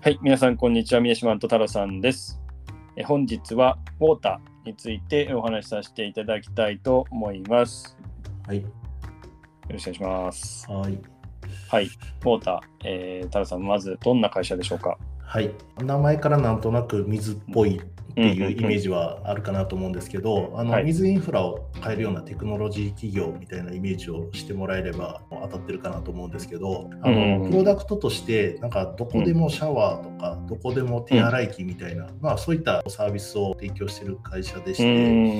はい、皆さんこんにちは。峰島と太郎さんです。本日はウォーターについてお話しさせていただきたいと思います。 はい。 よろしくお願いします。 はい。 はい、ウォーター、太郎さん、まずどんな会社でしょうか？ はい。名前からなんとなく水っぽいっていうイメージはあるかなと思うんですけど、水インフラを変えるようなテクノロジー企業みたいなイメージをしてもらえれば当たってるかなと思うんですけど、プロダクトとしてなんかどこでもシャワーとか、どこでも手洗い機みたいな、そういったサービスを提供している会社でして、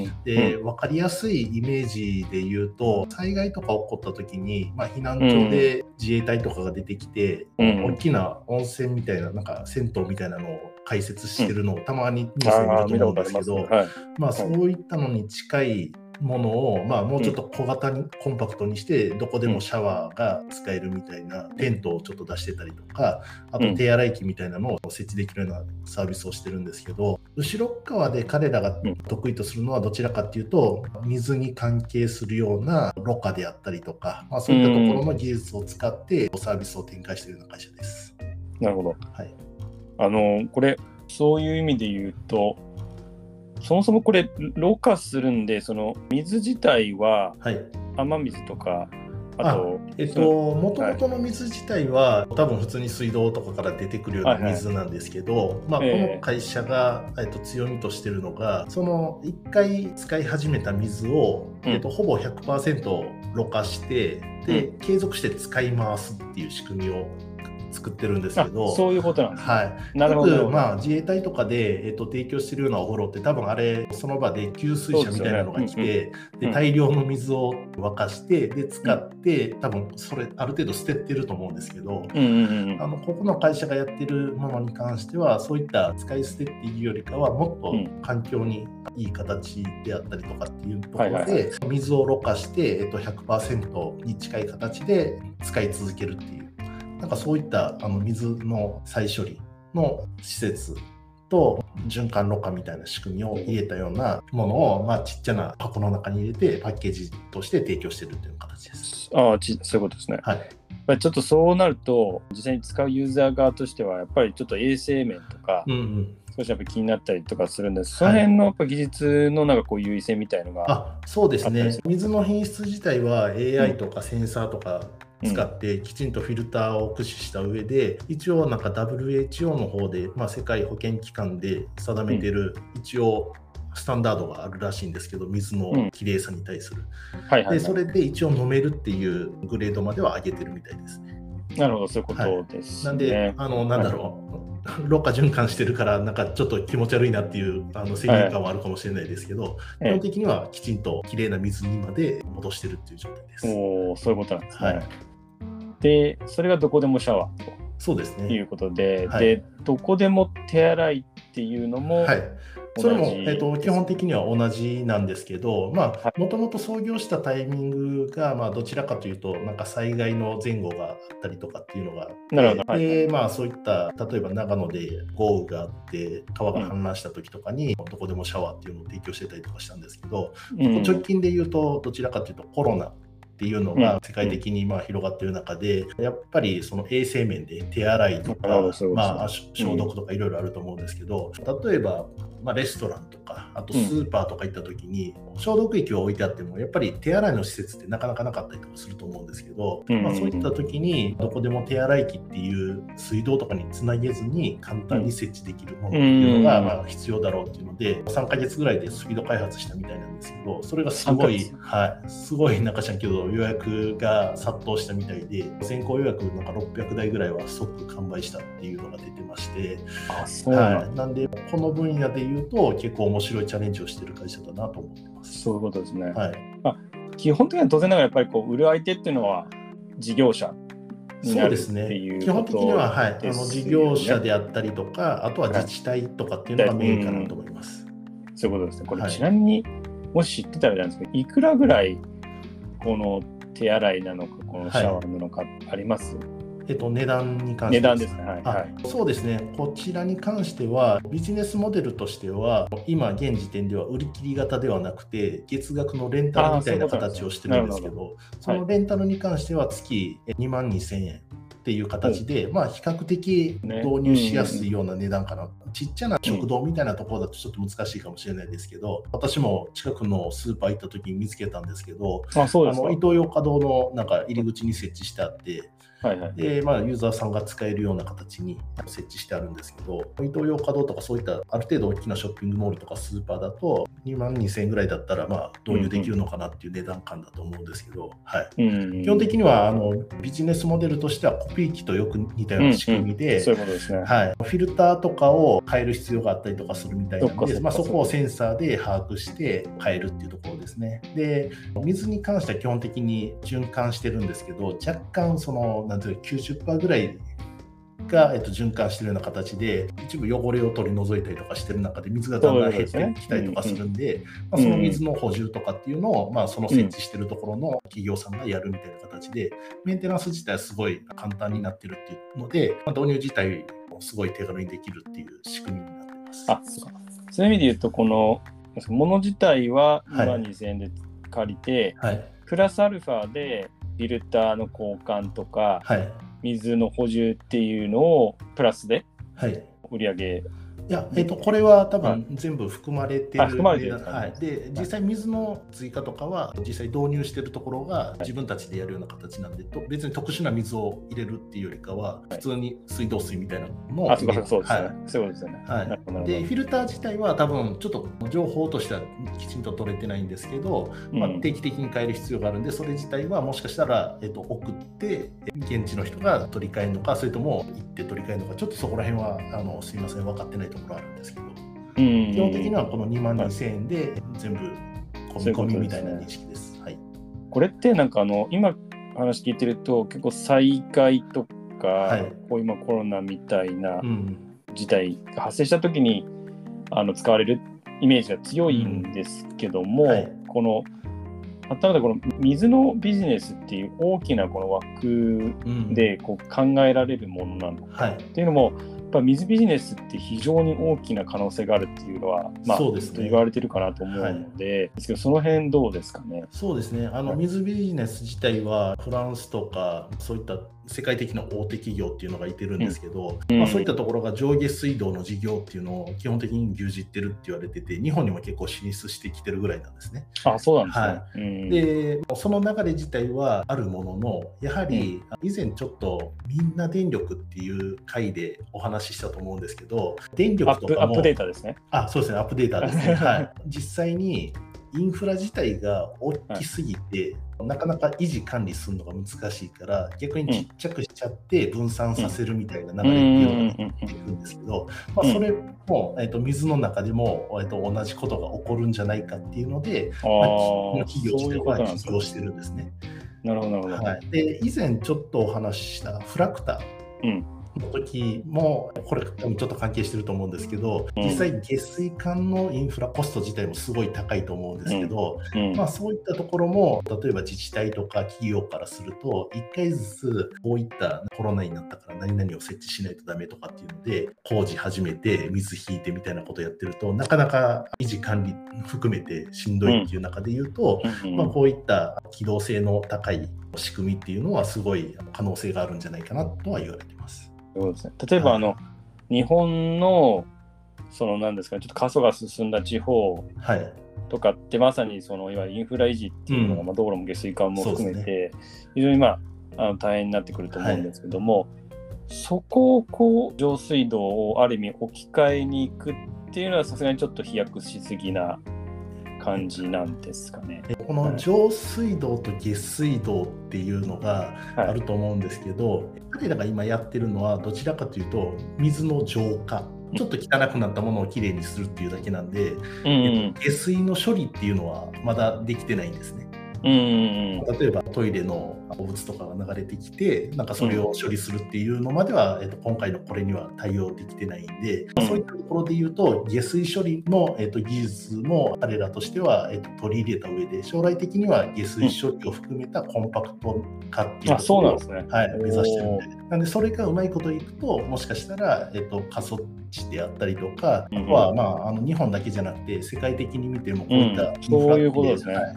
で、分かりやすいイメージで言うと、災害とか起こった時に、避難所で自衛隊とかが出てきて、大きな温泉みたいな、なんか銭湯みたいなのを解説してるのをたまにニュースで見ると思うんですけど、そういったのに近いものを、もうちょっと小型にコンパクトにしてどこでもシャワーが使えるみたいなテントをちょっと出してたりとか、あと手洗い機みたいなのを設置できるようなサービスをしてるんですけど、後ろ側で彼らが得意とするのはどちらかっていうと、水に関係するようなろ過であったりとか、そういったところの技術を使ってサービスを展開しているような会社です。 なるほど。 はい。 これそういう意味で言うと、そもそもこれろ過するんで、その水自体は雨水とか、 もともとの水自体は多分普通に水道とかから出てくるような水なんですけど、この会社が、強みとしてるのが、その1回使い始めた水を、ほぼ 100% ろ過してで、継続して使い回すっていう仕組みを作ってるんですけど、 そういうことなんですね。 はい。なるほど。自衛隊とかで、提供してるようなお風呂って多分あれその場で給水車みたいなのが来て、で大量の水を沸かしてで使って、多分それある程度捨ててると思うんですけど、ここの会社がやってるものに関してはそういった使い捨てっていうよりかはもっと環境にいい形であったりとかっていうところで、水をろ過して、100% に近い形で使い続けるっていう。なんかそういった水の再処理の施設と循環ろ過みたいな仕組みを入れたようなものを、ちっちゃな箱の中に入れてパッケージとして提供しているという形です。 そういうことですね。はい。やっぱりちょっとそうなると実際に使うユーザー側としてはやっぱりちょっと衛生面とか、少しやっぱ気になったりとかするんです。その辺のやっぱ技術のなんかこう優位性みたいのがそうですね。水の品質自体は AI とかセンサーとか使ってきちんとフィルターを駆使した上で、一応なんか WHO の方で、世界保健機関で定めている一応スタンダードがあるらしいんですけど、水のきれいさに対する。でそれで一応飲めるっていうグレードまでは上げてるみたいですね。 なるほど、そういうことですね。 なんで、ろ過循環してるからなんかちょっと気持ち悪いなっていう先入観はあるかもしれないですけど、基本的にはきちんときれいな水にまで戻してるっていう状態です。 そういうことなんですね。で、それがどこでもシャワーと。 そうですね。 いうことで、でどこでも手洗いっていうのも、 それも、基本的には同じなんですけど、もともと創業したタイミングが、どちらかというとなんか災害の前後があったりとかっていうのがあって、でそういった例えば長野で豪雨があって川が氾濫した時とかに、どこでもシャワーっていうのを提供してたりとかしたんですけど、直近で言うとどちらかというとコロナっていうのが世界的に広がっている中で、やっぱりその衛生面で手洗いとか、消毒とかいろいろあると思うんですけど、例えばレストランとかあとスーパーとか行った時に、消毒液を置いてあってもやっぱり手洗いの施設ってなかなかなかったりとかすると思うんですけど、そういった時にどこでも手洗い機っていう水道とかにつなげずに簡単に設置できるものっていうのが必要だろうっていうので、3ヶ月ぐらいでスピード開発したみたいなんですけど、それがすごいなんかしらんけど予約が殺到したみたいで、先行予約なんか600台ぐらいは即完売したっていうのが出てまして、なんでこの分野でいうと結構面白いチャレンジをしている会社だなと思ってます。 そういうことですね。基本的には当然ながらやっぱりこう売る相手っていうのは事業者になるっていうことですね。 基本的には、事業者であったりとか、あとは自治体とかっていうのがメインかなと思います。 そういうことですね。これちなみにもし知ってたらなんですけど、いくらぐらいこの手洗いなのかこのシャワーなのかあります？ 値段に関して値段ですね。 そうですね。こちらに関してはビジネスモデルとしては今現時点では売り切り型ではなくて月額のレンタルみたいな形をしてるんですけど、そのレンタルに関しては月22,000円っていう形で、まあ、比較的導入しやすいような値段かな。ちっちゃな食堂みたいなところだとちょっと難しいかもしれないですけど、私も近くのスーパー行った時に見つけたんですけど、イトーヨーカドーのなんか入り口に設置してあって、でまあ、ユーザーさんが使えるような形に設置してあるんですけど、イトーヨーカドーとかそういったある程度大きなショッピングモールとかスーパーだと2万2000円ぐらいだったらまあ導入できるのかなっていう値段感だと思うんですけど、基本的にはビジネスモデルとしてはコピー機とよく似たような仕組みで、フィルターとかを変える必要があったりとかするみたいなので、そこをセンサーで把握して変えるっていうところですね。で、水に関しては基本的に循環してるんですけど、若干そのなんていうか 90% ぐらいが、循環しているような形で、一部汚れを取り除いたりとかしている中で水がだんだん減ってきたりとかするんで、その水の補充とかっていうのを、その設置しているところの企業さんがやるみたいな形で、メンテナンス自体はすごい簡単になってるっていうので、導入自体もすごい手軽にできるっていう仕組みになってます。 そういう意味で言うと、このもの自体は2万2000円で借りて、プラスアルファでフィルターの交換とか、水の補充っていうのをプラスで売り上げ、 いや、これは多分全部含まれてる。で、実際水の追加とかは実際導入してるところが自分たちでやるような形なんで、別に特殊な水を入れるっていうよりかは普通に水道水みたいなのを、 そうですね。 で、フィルター自体は多分ちょっと情報としてはきちんと取れてないんですけど、定期的に変える必要があるんで、それ自体はもしかしたら、送って現地の人が取り替えるのか、それとも行って取り替えるのか、ちょっとそこら辺はすいません分かってないところあるんですけど、基本的にはこの2万2000円で全部込みみたいな認識です。 これってなんか今話聞いてると結構災害とか、こう今コロナみたいな事態が発生した時に使われるイメージが強いんですけども、このはたまたこの水のビジネスっていう大きなこの枠でこう考えられるものなのかっていうのも、やっぱ水ビジネスって非常に大きな可能性があるっていうのは、ずっと言われてるかなと思うので、ですけどその辺どうですかね。 そうですね。水ビジネス自体はフランスとかそういった世界的な大手企業っていうのがいてるんですけど、そういったところが上下水道の事業っていうのを基本的に牛耳ってるって言われてて、日本にも結構進出してきてるぐらいなんですね。 そうなんですね。 で、その流れ自体はあるものの、やはり以前ちょっとみんな電力っていう回でお話ししたと思うんですけど、電力とかもアップデータですね。 そうですね、アップデータですね。実際にインフラ自体が大きすぎて、なかなか維持管理するのが難しいから、逆にちっちゃくしちゃって分散させるみたいな流れっていうのが出てくるんですけど、それも、水の中でも、同じことが起こるんじゃないかっていうので、企業自体は起業してるんですね。 なるほど。 で、以前ちょっとお話ししたフラクタの時もこれちょっと関係してると思うんですけど、実際下水管のインフラコスト自体もすごい高いと思うんですけど、そういったところも例えば自治体とか企業からすると1回ずつこういったコロナになったから何々を設置しないとダメとかっていうので工事始めて水引いてみたいなことをやってると、なかなか維持管理含めてしんどいっていう中で言うと、こういった機動性の高い仕組みっていうのはすごい可能性があるんじゃないかなとは言われています。 そうですね、例えば日本の何ですかね、ちょっと過疎が進んだ地方とかってまさにいわゆるインフラ維持っていうのが、道路も下水管も含めて非常に大変になってくると思うんですけども、そこを上水道をある意味置き換えに行くっていうのはさすがにちょっと飛躍しすぎな感じなんですかね。 この上水道と下水道っていうのがあると思うんですけど、彼らが今やってるのはどちらかというと水の浄化、ちょっと汚くなったものをきれいにするっていうだけなんで、下水の処理っていうのはまだできてないんですね。例えばトイレの汚物とかが流れてきてそれを処理するっていうのまでは、今回のこれには対応できてないんで、そういったところで言うと下水処理の、技術も彼らとしては、取り入れた上で将来的には下水処理を含めたコンパクト化っていうところを、目指してるみたいで、なんでそれがうまいこといくともしかしたら、過疎地であったりとか、あとは、日本だけじゃなくて世界的に見てもこういったインフラって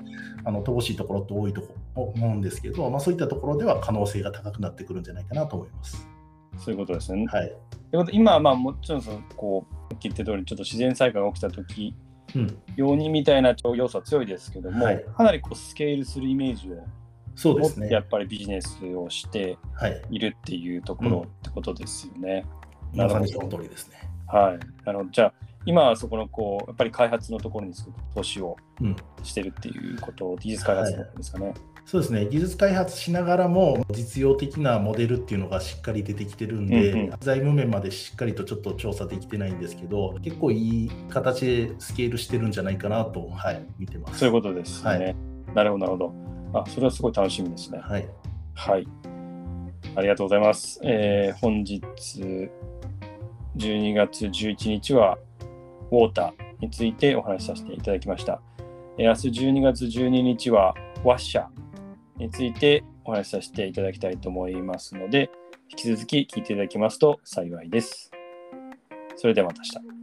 乏しいところって多いと思うんですけど、そういったところでは可能性が高くなってくるんじゃないかなと思います。 そういうことですね。 はい。 今はもちろん言って通りちょっと自然災害が起きた時用にみたいな要素は強いですけども、かなりスケールするイメージを持ってやっぱりビジネスをしているっていうところってことですよね。 まさにその通りですね。 はい。じゃあ今はそこのやっぱり開発のところにすごく投資をしてるっていうこと、技術開発ですかね。 そうですね。技術開発しながらも実用的なモデルっていうのがしっかり出てきてるんで、財務面までしっかりとちょっと調査できてないんですけど、結構いい形でスケールしてるんじゃないかなと、見てます。 そういうことですね。なるほど、なるほど。それはすごい楽しみですね。はい。ありがとうございます。本日12月11日はウォーターについてお話しさせていただきました。明日12月12日はワッシャーについてお話しさせていただきたいと思いますので、引き続き聞いていただきますと幸いです。それではまた明日。